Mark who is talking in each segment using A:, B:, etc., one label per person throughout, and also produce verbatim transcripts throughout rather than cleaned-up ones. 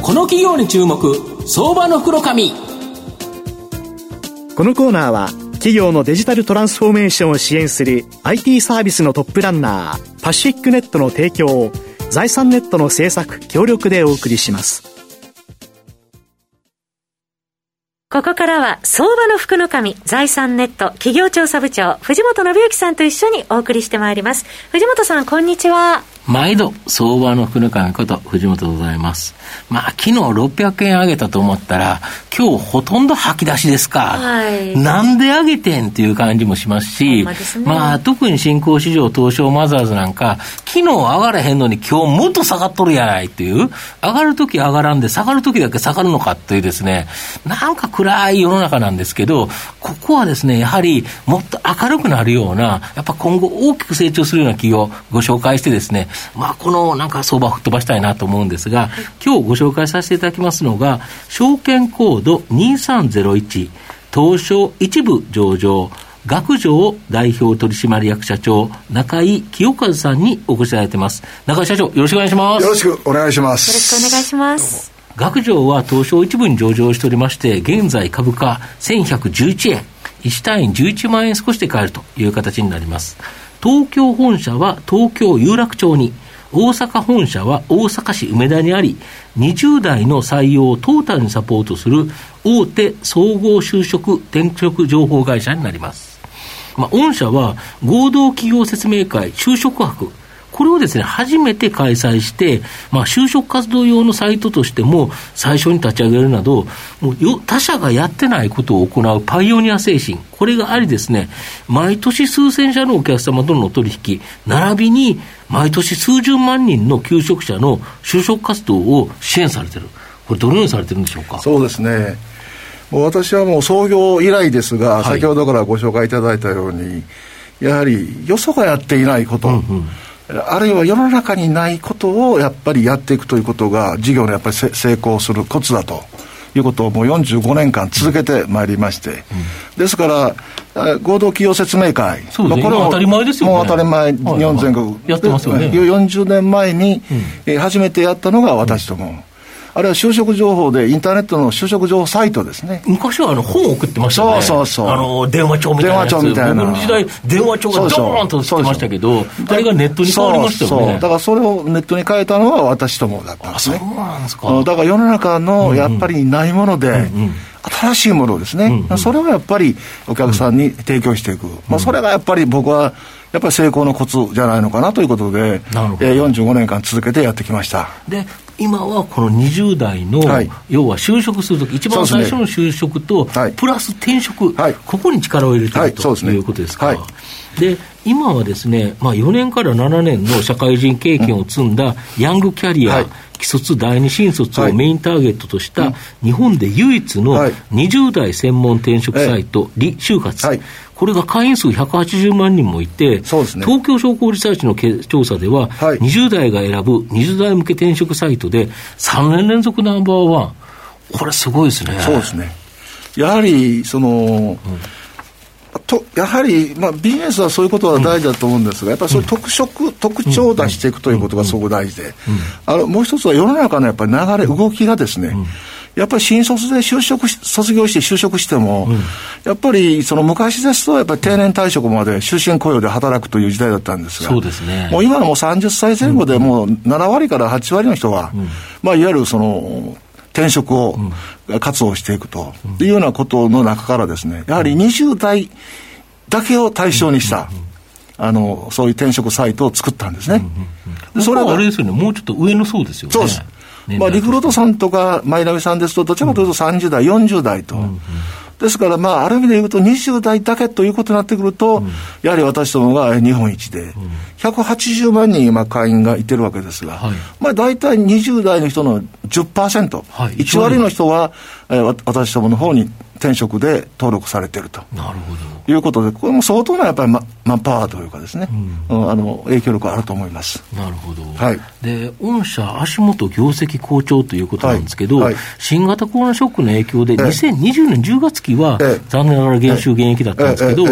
A: この企業に注目、相場の袋紙。
B: このコーナーは企業のデジタルトランスフォーメーションを支援する アイティー サービスのトップランナーパシフィックネットの提供を財産ネットの制作協力でお送りします。
C: ここからは相場の福の神、財産ネット企業調査部長藤本信之さんと一緒にお送りしてまいります。藤本さん、こんにちは。
D: 毎度相場の福の神こと藤本でございます。まあ昨日ろっぴゃくえん上げたと思ったら今日ほとんど吐き出しですか、はい、なんで上げてんっていう感じもしますし、まあですね、まあ特に新興市場東証マザーズなんか昨日上がらへんのに今日もっと下がっとるやないっていう、上がるとき上がらんで下がるときだけ下がるのかっていうですね、なんか暗い世の中なんですけど、ここはですねやはりもっと明るくなるような、やっぱ今後大きく成長するような企業をご紹介してですね、まあこのなんか相場を吹っ飛ばしたいなと思うんですが、今日ご紹介させていただきますのが証券コードにさんゼロいち東証一部上場学上代表取締役社長中井清和さんにお越しいただいています。中井社長、よろしくお願いします。
E: よろしくお願いします。
C: よろしくお願いします。
D: 学上は東証一部に上場しておりまして、現在株価せんひゃくじゅういちえん、いち単位じゅういちまん円少しで買えるという形になります。東京本社は東京有楽町に、大阪本社は大阪市梅田にあり、にじゅう代の採用をトータルにサポートする大手総合就職転職情報会社になります。まあ、御社は合同企業説明会就職博、これをですね初めて開催して、まあ、就職活動用のサイトとしても最初に立ち上げるなど、もうよ他社がやってないことを行うパイオニア精神、これがありですね、毎年数千社のお客様との取引並びに毎年数十万人の求職者の就職活動を支援されている。これどのようにされているんでしょうか。
E: そうですね、もう私はもう創業以来ですが、はい、先ほどからご紹介いただいたように、やはりよそがやっていないこと、うんうん、あるいは世の中にないことをやっぱりやっていくということが事業のやっぱり成功するコツだということをもうよんじゅうごねんかん続けてまいりまして、うんうん、ですから合同企業説明会、
D: そうですね、
E: これも
D: 当たり前ですよね。
E: もう当たり前、日本全国
D: やってますよね。
E: よんじゅうねんまえに、うん、初めてやったのが私ども、うん、あるいは就職情報でインターネットの就職情報サイトですね。
D: 昔はあの本を送ってましたね。
E: そうそうそう、
D: あの電話帳みたいなやつ、
E: 電話帳みたいな、
D: 僕の時代電話帳がドーンとつってましたけど、あれがネットに変わりましたよね。
E: そうそう、だからそれをネットに変えたのは私どもだったんですね。
D: あ、そうなんですか。
E: だから世の中のやっぱりないもので、うんうん、新しいものですね、うんうん、それをやっぱりお客さんに提供していく、うん、まあ、それがやっぱり僕はやっぱり成功のコツじゃないのかなということで、えー、よんじゅうごねんかん続けてやってきました。
D: で今はこのにじゅう代の、はい、要は就職するとき、一番最初の就職と、ね、プラス転職、はい、ここに力を入れている、はい、ということですか。はい、で今はですね、まあ、よねんからななねんの社会人経験を積んだヤングキャリア、はい、既卒第二新卒をメインターゲットとした、はい、日本で唯一のにじゅう代専門転職サイト、リ就活、はい、これが会員数ひゃくはちじゅうまんにんもいて、そうですね、東京商工リサーチの調査では、はい、にじゅう代が選ぶにじゅう代向け転職サイトでさんねん連続ナンバーワン、これすごいですね。
E: そうですね、やはりその、うんとやはり、まあ、ビジネスはそういうことは大事だと思うんですが、やっぱりそういう特色、うん、特徴を出していくということがすごく大事で、うん、あのもう一つは世の中のやっぱり流れ、動きがですね、うん、やっぱり新卒で就職し卒業して就職しても、うん、やっぱりその昔ですとやっぱり定年退職まで終身雇用で働くという時代だったんですが、
D: そうですね、も
E: う今のもうさんじゅっさいぜん後でもうななわりからはちわりの人が、うん、まあ、いわゆるその転職を活動していくというようなことの中からですね、やはりにじゅう代だけを対象にした、うん、あのそういう転職サイトを作ったんですね。うんうん
D: うん、それはあれですよね、もうちょっと上の層ですよね。
E: そうです、まあ、リクルートさんとかマイナビさんですとどちらかというとさんじゅう代、よんじゅう代と、うんうん、ですから、まあ、ある意味で言うとにじゅう代だけということになってくると、うん、やはり私どもが日本一で、うん、ひゃくはちじゅうまんにん今会員がいてるわけですが、はい、まあ、大体にじゅう代の人の じゅっパーセント、はい、いちわりの人は、えー、私どもの方に転職で登録されていると
D: なるほど
E: いうことで、これも相当なやっぱりマンパワーというかですね、うん、あの影響力あると思います。
D: なるほど、
E: はい、
D: で御社足元業績好調ということなんですけど、はいはい、新型コロナショックの影響でにせんにじゅうねんじゅうがつ期は、ええ、残念ながら減収減益だったんですけど、ええええ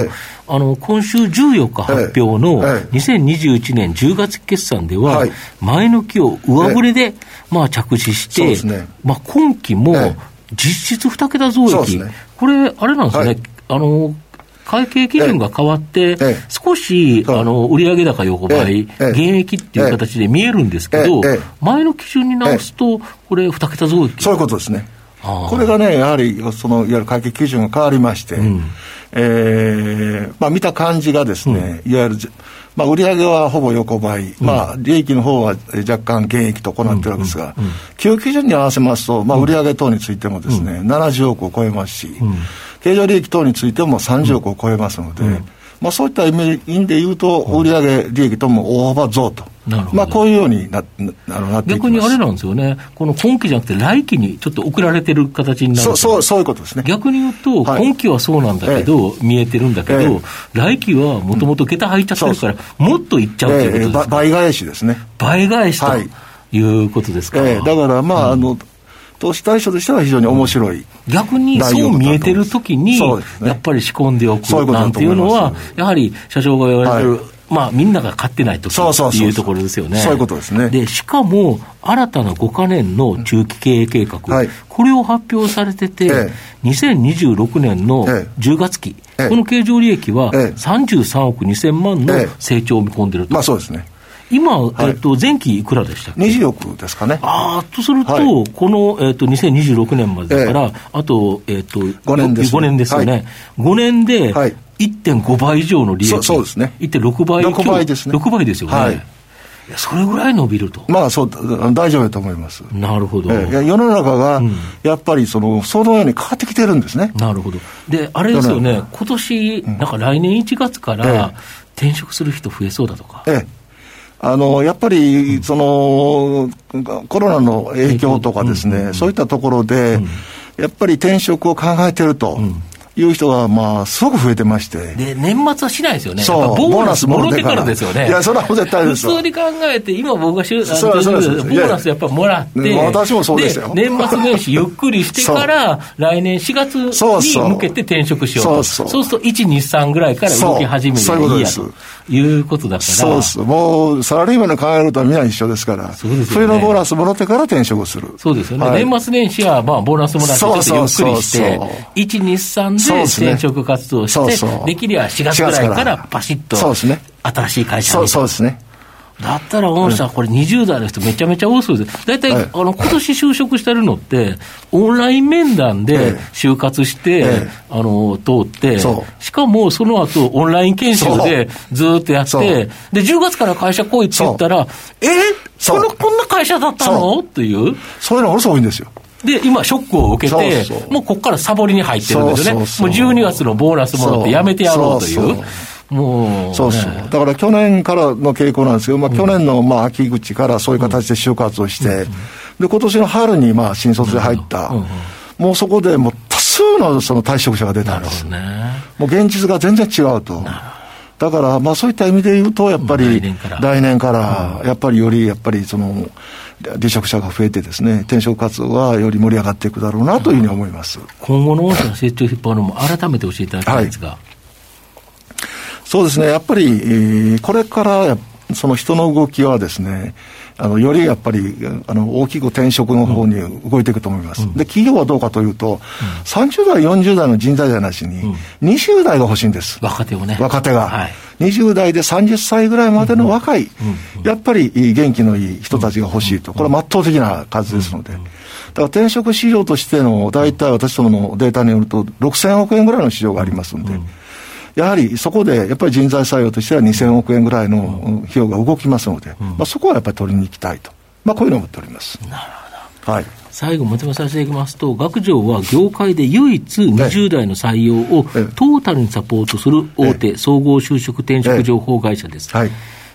D: あの今週じゅうよっか発表のにせんにじゅういちねんじゅうがつ決算では、前の期を上振れでまあ着地して、ね、まあ、今期も実質に桁増益、ね、これ、あれなんですね、はい、あの会計基準が変わって、少し、あの売上高横ばい、減益っていう形で見えるんですけど、前の基準に直すと、これ、に桁増益。
E: そういうことですね。これがね、やはりそのいわゆる会計基準が変わりまして、うん、えーまあ、見た感じがですね、うん、いわゆる、まあ、売上はほぼ横ばい、うん、まあ、利益の方は若干減益と行っているわけですが、うんうんうん、旧基準に合わせますと、まあ、売上等についてもですね、うん、ななじゅうおくを超えますし、うん、経常利益等についてもさんじゅうおくを超えますので、うんうん、まあ、そういった意味で言うと、売上利益とも大幅増と。まあ、こういうように な, な, なっていきます。
D: 逆にあれなんですよね、この今期じゃなくて来期にちょっと送られてる形になる。
E: そうそう、そういうことですね。
D: 逆に言うと、はい、今期はそうなんだけど、ええ、見えてるんだけど、ええ、来期はもともと桁入っちゃってるから、うん、もっといっちゃうということですか、ええ、
E: 倍返しですね。
D: 倍返しということですか。
E: はい、ええ、だからまあ、うん、あの投資対象としては非常に面白い、うん、
D: 逆にそう見えてるときに、ね、やっぱり仕込んでおくなんていうのは、やはり社長が言われてる、はい、まあ、みんなが買ってないときっていうところですよね。
E: そういうことですね。
D: で、しかも、新たなごかねんの中期経営計画、はい、これを発表されてて、ええ、にせんにじゅうろくねんのじゅうがつ期、ええ、この経常利益はさんじゅうさんおくにせんまんの成長を見込んでると。
E: まあそうですね。
D: 今、えっと、前期いくらでしたっけ？
E: にじゅうおくですかね。
D: ああ、とすると、はい、この、えっと、にせんにじゅうろくねんまでだから、ええ、あと、えっと、
E: ごねんです、ね。
D: ごねんですよね。はい、ごねんで、はい、いってんごばい以上の利益。
E: そ, そうですね。
D: いってんろくばい。
E: ろくばいですね。
D: ろくばいですよね。はい、それぐらい伸びると。
E: まあ、そう、大丈夫だと思います。
D: なるほど。
E: えー、世の中が、やっぱりその、そのように変わってきてるんですね。
D: なるほど。で、あれですよね、今年、なんか来年いちがつから、転職する人増えそうだとか。ええ
E: あのやっぱりそのコロナの影響とかですね、うんうんうん、そういったところで、うん、やっぱり転職を考えているという人がまあすごく増えてまして、
D: で年末はしないですよね。
E: そう、
D: やっぱボーナスもろてからですよね。
E: いやそれは絶対ですよ。
D: 普通に考えて今僕がしゅそうそうそうボーナスやっぱもらって、
E: 私もそうですよ。
D: で年末年始ゆっくりしてから来年しがつに向けて転職しようと。そうそうそうするといち、に、さんぐらいから動き始めていいやということだから。
E: そうです。もうサラリーマンの考えるとはみんな一緒ですから。そうですよね。冬のボーナスもらってから転職する。
D: そうですよね。はい、年末年始はまあボーナスもらってちょっとゆっくりしていち、に、さんで転職活動して、そうそうできればしがつぐらいからパシッと新しい会社に。
E: そうですね。
D: だったら、御社、これにじゅう代の人めちゃめちゃ多そうです。大体、はい、あの、今年就職してるのって、オンライン面談で就活して、ええ、あの、通って、しかもその後、オンライン研修でずっとやって、で、じゅうがつから会社来いって言ったら、えその、こんな会社だったのっていう。
E: そういうのが多いんですよ。
D: で、今、ショックを受けて、そうそうもうここからサボりに入ってるんですよね。そうそうそうもうじゅうにがつのボーナスもらってやめてやろうという。そうそうもう、ね、
E: そうそう。だから去年からの傾向なんですけど、まあ、去年のまあ秋口からそういう形で就活をして、うん、で、今年の春にまあ新卒で入った、うんうん、もうそこでもう多数のその退職者が出たんです。なるほどね。もう現実が全然違うと。だからまあそういった意味で言うと、やっぱり来年からやっぱりよりやっぱりその離職者が増えてですね、転職活動はより盛り上がっていくだろうなというふうに思います。
D: 今後の御社の成長を引っ張るのも改めて教えていただきたいんですが。はい、
E: そうですね、やっぱり、えー、これからその人の動きはですね、あのよりやっぱりあの大きく転職の方に動いていくと思います、うん、で企業はどうかというと、うん、さんじゅう代よんじゅう代の人材じゃなしに、うん、にじゅう代が欲しいんです。
D: 若手をね、
E: 若手が、はい、にじゅう代でさんじゅっさいぐらいまでの若い、うんうん、やっぱり元気のいい人たちが欲しいと、これは圧倒的な数ですので、だから転職市場としての大体私どものデータによるとろくせんおくえんぐらいの市場がありますので、うんうん、やはりそこでやっぱり人材採用としてはにせんおくえんぐらいの費用が動きますので、うんまあ、そこはやっぱり取りに行きたいと、まあ、こういうのを思っております。
D: なるほど、はい、最後まとめさせていただきますと、学長は業界で唯一にじゅう代の採用をトータルにサポートする大手総合就職転職情報会社です、はい、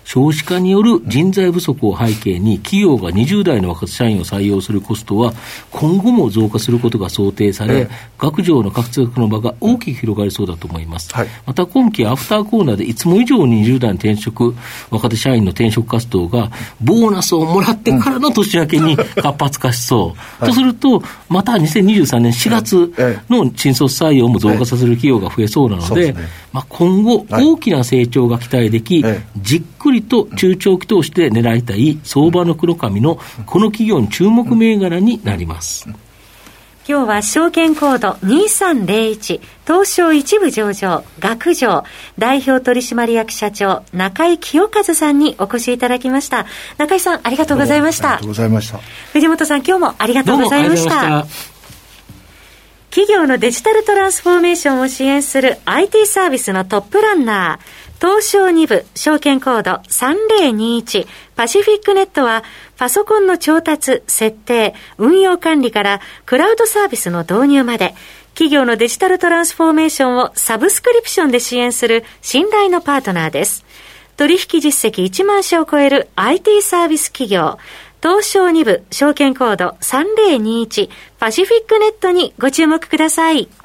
D: 少子化による人材不足を背景に企業がにじゅう代の若手社員を採用するコストは今後も増加することが想定され、ええ、学上の活躍の場が大きく広がりそうだと思います、はい、また今期アフターコーナーでいつも以上ににじゅう代の転職若手社員の転職活動がボーナスをもらってからの年明けに活発化しそう、はい、とするとまたにせんにじゅうさんねんしがつの新卒採用も増加させる企業が増えそうなので、ええねまあ、今後大きな成長が期待でき、はい、じっくりと中長期投資で狙いたい相場の黒髪のこの企業に注目銘柄になります。
C: 今日は証券コードにさんぜろいち東証一部上場学上代表取締役社長中井清和さんにお越しいただきました。中井さんありがとうございました。
E: ありがとうございました。
C: 藤本さん今日もありがとうございました。企業のデジタルトランスフォーメーションを支援する アイティー サービスのトップランナー東証に部証券コードさんぜろにいちパシフィックネットはパソコンの調達、設定、運用管理からクラウドサービスの導入まで企業のデジタルトランスフォーメーションをサブスクリプションで支援する信頼のパートナーです。取引実績いちまん社を超える アイティー サービス企業東証に部証券コードさんぜろにいちパシフィックネットにご注目ください。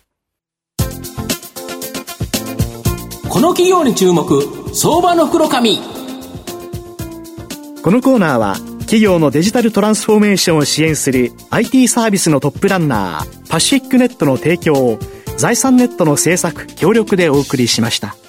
A: この企業に注目、相場の袋紙。
B: このコーナーは企業のデジタルトランスフォーメーションを支援する アイティー サービスのトップランナーパシフィックネットの提供を財産ネットの制作協力でお送りしました。